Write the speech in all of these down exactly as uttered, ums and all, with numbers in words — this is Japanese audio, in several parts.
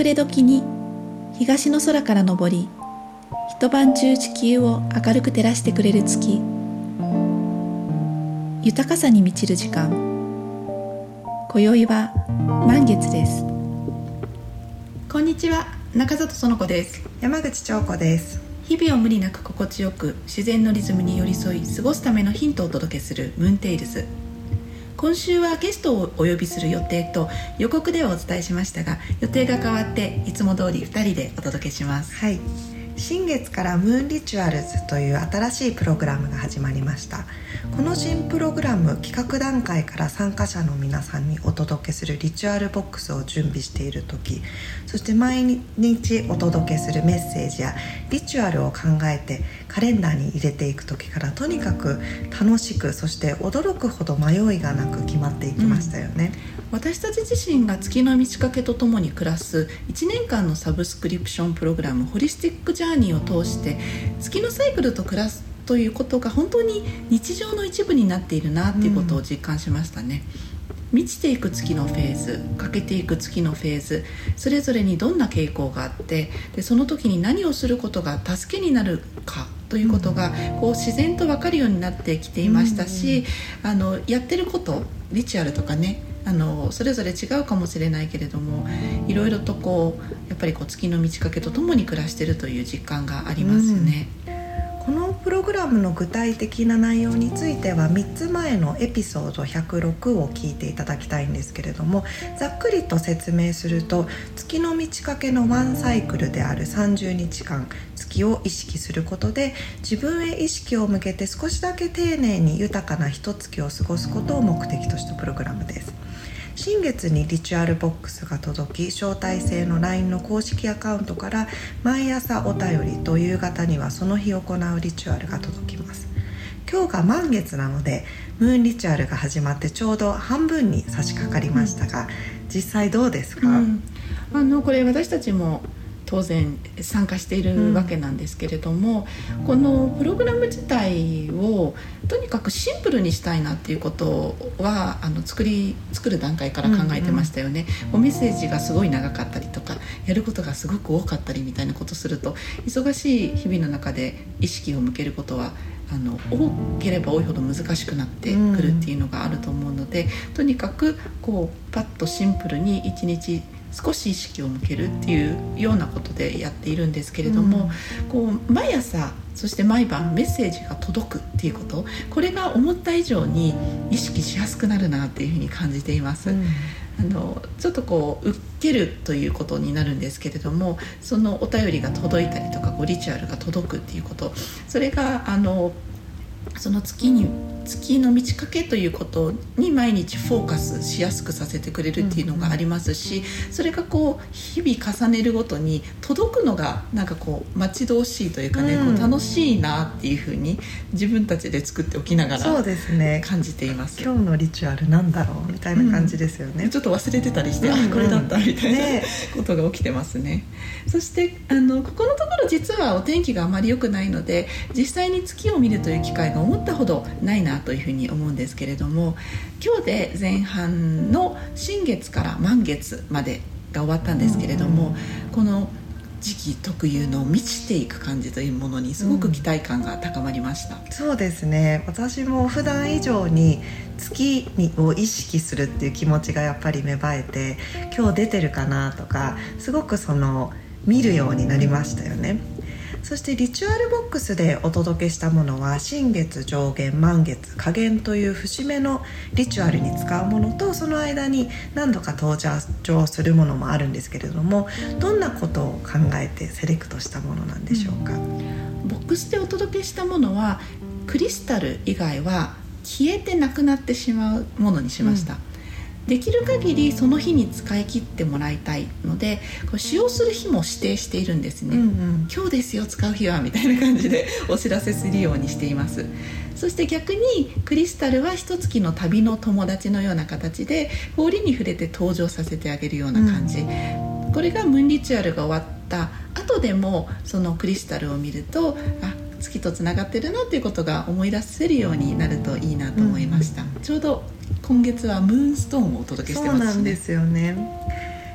暮れ時に東の空から昇り、一晩中地球を明るく照らしてくれる月、豊かさに満ちる時間。今宵は満月です。こんにちは、中里園子です。 山口彫子です。 日々を無理なく心地よく自然のリズムに寄り添い過ごすためのヒントをお届けするムーンテイルズ。今週はゲストをお呼びする予定と予告ではお伝えしましたが、予定が変わっていつも通りふたりでお届けします。 はい、新月からムーンリチュアルズという新しいプログラムが始まりました。この新プログラム、企画段階から参加者の皆さんにお届けするリチュアルボックスを準備している時、そして毎日お届けするメッセージやリチュアルを考えてカレンダーに入れていく時から、とにかく楽しく、そして驚くほど迷いがなく決まっていきましたよね。 うん、私たち自身が月の満ち欠けとともに暮らすいちねんかんのサブスクリプションプログラムホリスティックジャーニーを通して、月のサイクルと暮らすということが本当に日常の一部になっているなっていうことを実感しましたね。うん、満ちていく月のフェーズ、欠けていく月のフェーズ、それぞれにどんな傾向があって、でその時に何をすることが助けになるかということが、うん、こう自然と分かるようになってきていましたし、うん、あのやってることリチュアルとかね、あのそれぞれ違うかもしれないけれども、いろいろとこうやっぱりこう月の満ち欠けとともに暮らしているという実感がありますね。 うん、このプログラムの具体的な内容についてはみっつまえのエピソードひゃくろくを聞いていただきたいんですけれども、ざっくりと説明すると、月の満ち欠けのワンサイクルであるさんじゅうにちかん、月を意識することで自分へ意識を向けて少しだけ丁寧に豊かな一月を過ごすことを目的としたプログラムです。新月にリチュアルボックスが届き、招待制の ライン の公式アカウントから毎朝お便りと夕方にはその日行うリチュアルが届きます。今日が満月なのでムーンリチュアルが始まってちょうど半分に差し掛かりましたが、うん、実際どうですか？ うん、あのこれ私たちも当然参加しているわけなんですけれども、うん、このプログラム自体をとにかくシンプルにしたいなっていうことはあの作り作る段階から考えてましたよね。うんうん、メッセージがすごい長かったりとか、やることがすごく多かったりみたいなことすると、忙しい日々の中で意識を向けることはあの多ければ多いほど難しくなってくるっていうのがあると思うので、うん、とにかくこうパッとシンプルに一日少し意識を向けるっていうようなことでやっているんですけれども、うん、こう毎朝そして毎晩メッセージが届くっていうこと、これが思った以上に意識しやすくなるなっていうふうに感じています。うん、あのちょっとこう受けるということになるんですけれども、そのお便りが届いたりとかこうリチュアルが届くっていうこと、それがあのその月に月の満ち欠けということに毎日フォーカスしやすくさせてくれるっていうのがありますし、それがこう日々重ねるごとに届くのがなんかこう待ち遠しいというかね、うん、こう楽しいなっていうふうに自分たちで作っておきながらそうですね、 感じています。 今日のリチュアルなんだろうみたいな感じですよね。 うん、ちょっと忘れてたりして、うんうん、あこれだったみたいな、ね、ことが起きてますね。そしてあのここのところ実はお天気があまり良くないので、実際に月を見るという機会が思ったほどないなというふうに思うんですけれども、今日で前半の新月から満月までが終わったんですけれども、うんうん、この時期特有の満ちていく感じというものにすごく期待感が高まりました。 うん、そうですね、私も普段以上に月にを意識するっていう気持ちがやっぱり芽生えて、今日出てるかなとかすごくその見るようになりましたよね。そしてリチュアルボックスでお届けしたものは、新月、上弦、満月、下弦という節目のリチュアルに使うものと、その間に何度か登場するものもあるんですけれども、どんなことを考えてセレクトしたものなんでしょうか？うん、 ボックスでお届けしたものはクリスタル以外は消えてなくなってしまうものにしました。うん、できる限りその日に使い切ってもらいたいので、これ使用する日も指定しているんですね。うんうん、今日ですよ使う日はみたいな感じでお知らせするようにしています。そして逆にクリスタルは一月の旅の友達のような形で折に触れて登場させてあげるような感じ。うん、これがムーンリチュアルが終わった後でもそのクリスタルを見ると、あ月とつながってるなっていうことが思い出せるようになるといいなと思いました。うん、ちょうど今月はムーンストーンをお届けしてます、ね、 そうなんですよね。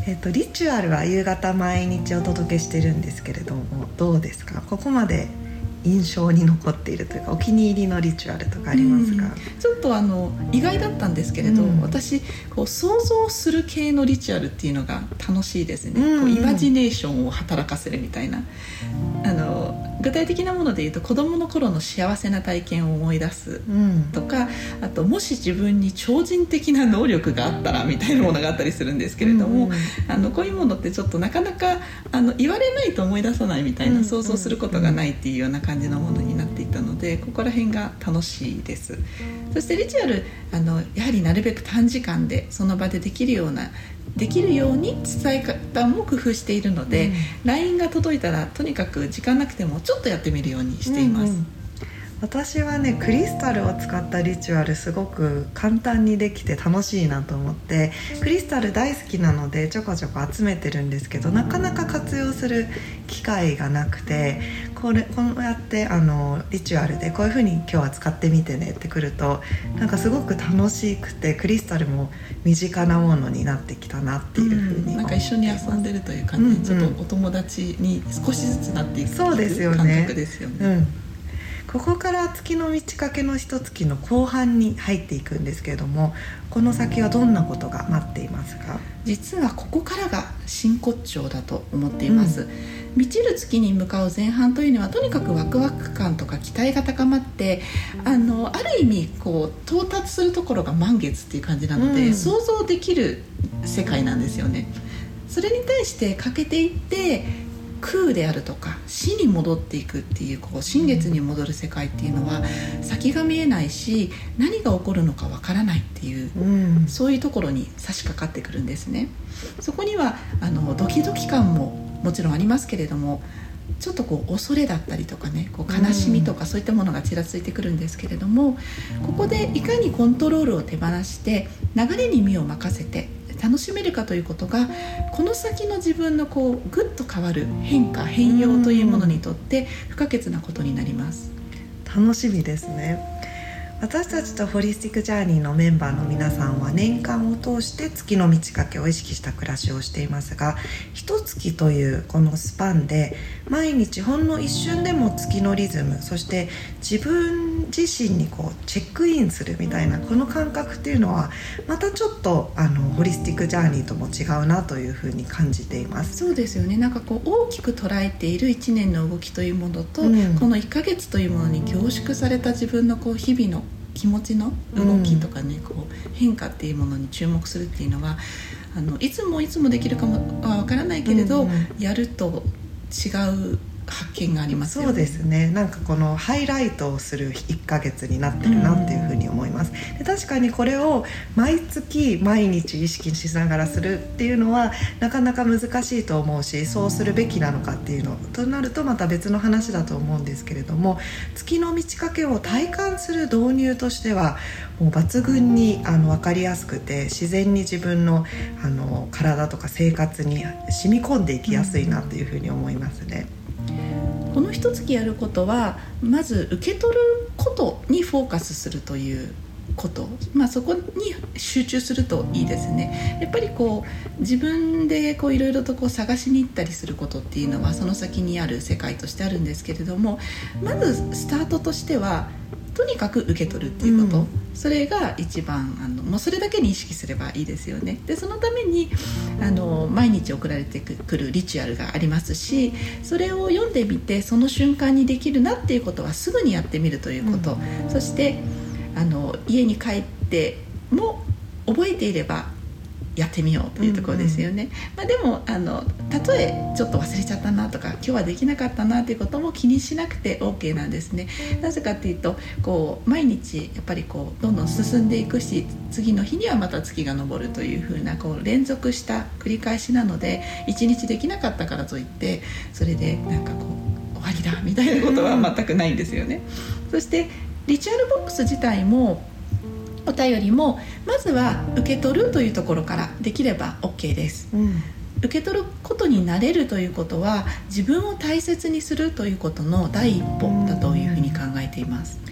えーと、リチュアルは夕方毎日お届けしてるんですけれども、どうですか？ここまで印象に残っているというかお気に入りのリチュアルとかありますか？ ちょっとあの意外だったんですけれど、うん、私こう想像する系のリチュアルっていうのが楽しいですね、うんうん、こうイマジネーションを働かせるみたいな、あの具体的なもので言うと子どもの頃の幸せな体験を思い出すとか、うん、あともし自分に超人的な能力があったらみたいなものがあったりするんですけれども、うんうん、あのこういうものってちょっとなかなかあの言われないと思い出さないみたいな、うんうん、想像することがないっていうような感じのものになっていたので、ここら辺が楽しいです。そしてリチュアルあのやはりなるべく短時間でその場でできるようなできるように伝え方も工夫しているので、うん、ライン が届いたらとにかく時間なくてもちょっとやってみるようにしています、うんうん、 私はねクリスタルを使ったリチュアルすごく簡単にできて楽しいなと思って、クリスタル大好きなのでちょこちょこ集めてるんですけど、なかなか活用する機会がなくて、これこうやってあのリチュアルでこういう風に今日は使ってみてねってくるとなんかすごく楽しくて、クリスタルも身近なものになってきたなっていう風に思っています、うん、 なんか一緒に遊んでるという感じで、うんうん、ちょっとお友達に少しずつなっていく感覚ですよね。 うん、ここから月の満ち欠けの一月の後半に入っていくんですけれども、この先はどんなことが待っていますか？ 実はここからが真骨頂だと思っています、うん、満ちる月に向かう前半というのはとにかくワクワク感とか期待が高まって、あのある意味こう到達するところが満月っていう感じなので、うん、想像できる世界なんですよね。それに対して欠けていって空であるとか死に戻っていくっていう、こう新月に戻る世界っていうのは先が見えないし何が起こるのかわからないっていう、うん、そういうところに差し掛かってくるんですね。そこにはあのドキドキ感ももちろんありますけれども、ちょっとこう恐れだったりとかね、こう悲しみとかそういったものがちらついてくるんですけれども、ここでいかにコントロールを手放して流れに身を任せて楽しめるかということが、この先の自分のこうぐっと変わる変化変容というものにとって不可欠なことになります。 楽しみですね。私たちとホリスティックジャーニーのメンバーの皆さんは年間を通して月の満ち欠けを意識した暮らしをしていますが、一月というこのスパンで毎日ほんの一瞬でも月のリズム、そして自分自身にこうチェックインするみたいなこの感覚っていうのはまたちょっとあのホリスティックジャーニーとも違うなというふうに感じています。 そうですよね。なんかこう大きく捉えているいちねんの動きというものと、うん、このいっかげつというものに凝縮された自分のこう日々の気持ちの動きとかね、うん、こう変化っていうものに注目するっていうのはあのいつもいつもできるかもわからないけれど、うんうん、やると違う発見がありますよね。 そうですね。なんかこのハイライトをするいっかげつになってるなっていうふうに思います、うん、で確かにこれを毎月毎日意識しながらするっていうのはなかなか難しいと思うし、そうするべきなのかっていうのとなるとまた別の話だと思うんですけれども、月の満ち欠けを体感する導入としてはもう抜群にあの分かりやすくて、自然に自分の、あの体とか生活に染み込んでいきやすいなっていうふうに思いますね。 この一月やることはまず受け取ることにフォーカスするということ、まあ、そこに集中するといいですね。やっぱりこう自分でこういろいろとこう探しに行ったりすることっていうのはその先にある世界としてあるんですけれども、まずスタートとしてはとにかく受け取るっていうこと、うん、それが一番あのもうそれだけに意識すればいいですよね。でそのためにあの毎日送られてくるリチュアルがありますし、それを読んでみてその瞬間にできるなっていうことはすぐにやってみるということ、うん、そしてあの家に帰っても覚えていればやってみようというところですよね、うんうんまあ、でもあのたとえちょっと忘れちゃったなとか今日はできなかったなということも気にしなくて OK なんですね。なぜかというとこう毎日やっぱりこうどんどん進んでいくし、次の日にはまた月が昇るというふうなこう連続した繰り返しなので、一日できなかったからといってそれでなんかこう終わりだみたいなことは全くないんですよね、うん、そしてリチュアルボックス自体もお便りもまずは受け取るというところからできれば OK です、うん、受け取ることに慣れるということは自分を大切にするということの第一歩だというふうに考えています。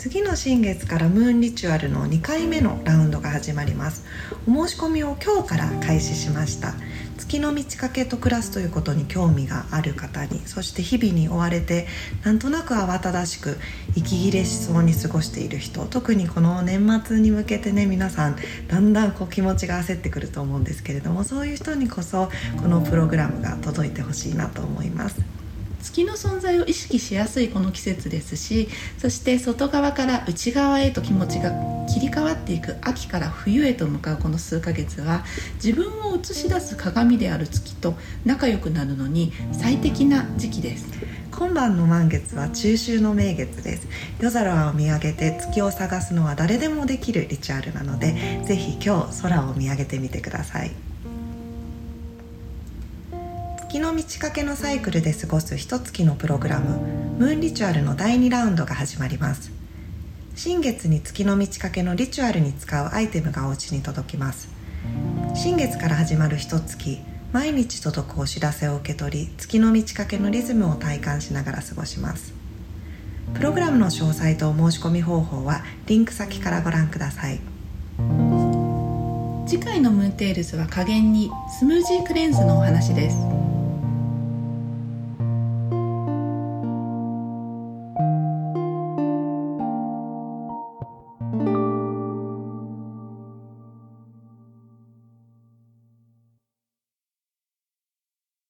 次の新月からムーンリチュアルのにかいめのラウンドが始まります。お申し込みを今日から開始しました。月の満ち欠けと暮らすということに興味がある方に、そして日々に追われてなんとなく慌ただしく息切れしそうに過ごしている人、特にこの年末に向けてね、皆さんだんだんこう気持ちが焦ってくると思うんですけれども、そういう人にこそこのプログラムが届いてほしいなと思います。 月の存在を意識しやすいこの季節ですし、そして外側から内側へと気持ちが切り替わっていく秋から冬へと向かうこの数ヶ月は、自分を映し出す鏡である月と仲良くなるのに最適な時期です。 今晩の満月は中秋の名月です。夜空を見上げて月を探すのは誰でもできるリチュアルなので、ぜひ今日空を見上げてみてください。月の満ち欠けのサイクルで過ごす一月のプログラム、ムーンリチュアルのだいにラウンドが始まります。新月に月の満ち欠けのリチュアルに使うアイテムがお家に届きます。新月から始まる一月、毎日届くお知らせを受け取り、月の満ち欠けのリズムを体感しながら過ごします。プログラムの詳細とお申し込み方法はリンク先からご覧ください。 次回のムーンテールズは加減にスムージークレンズのお話です。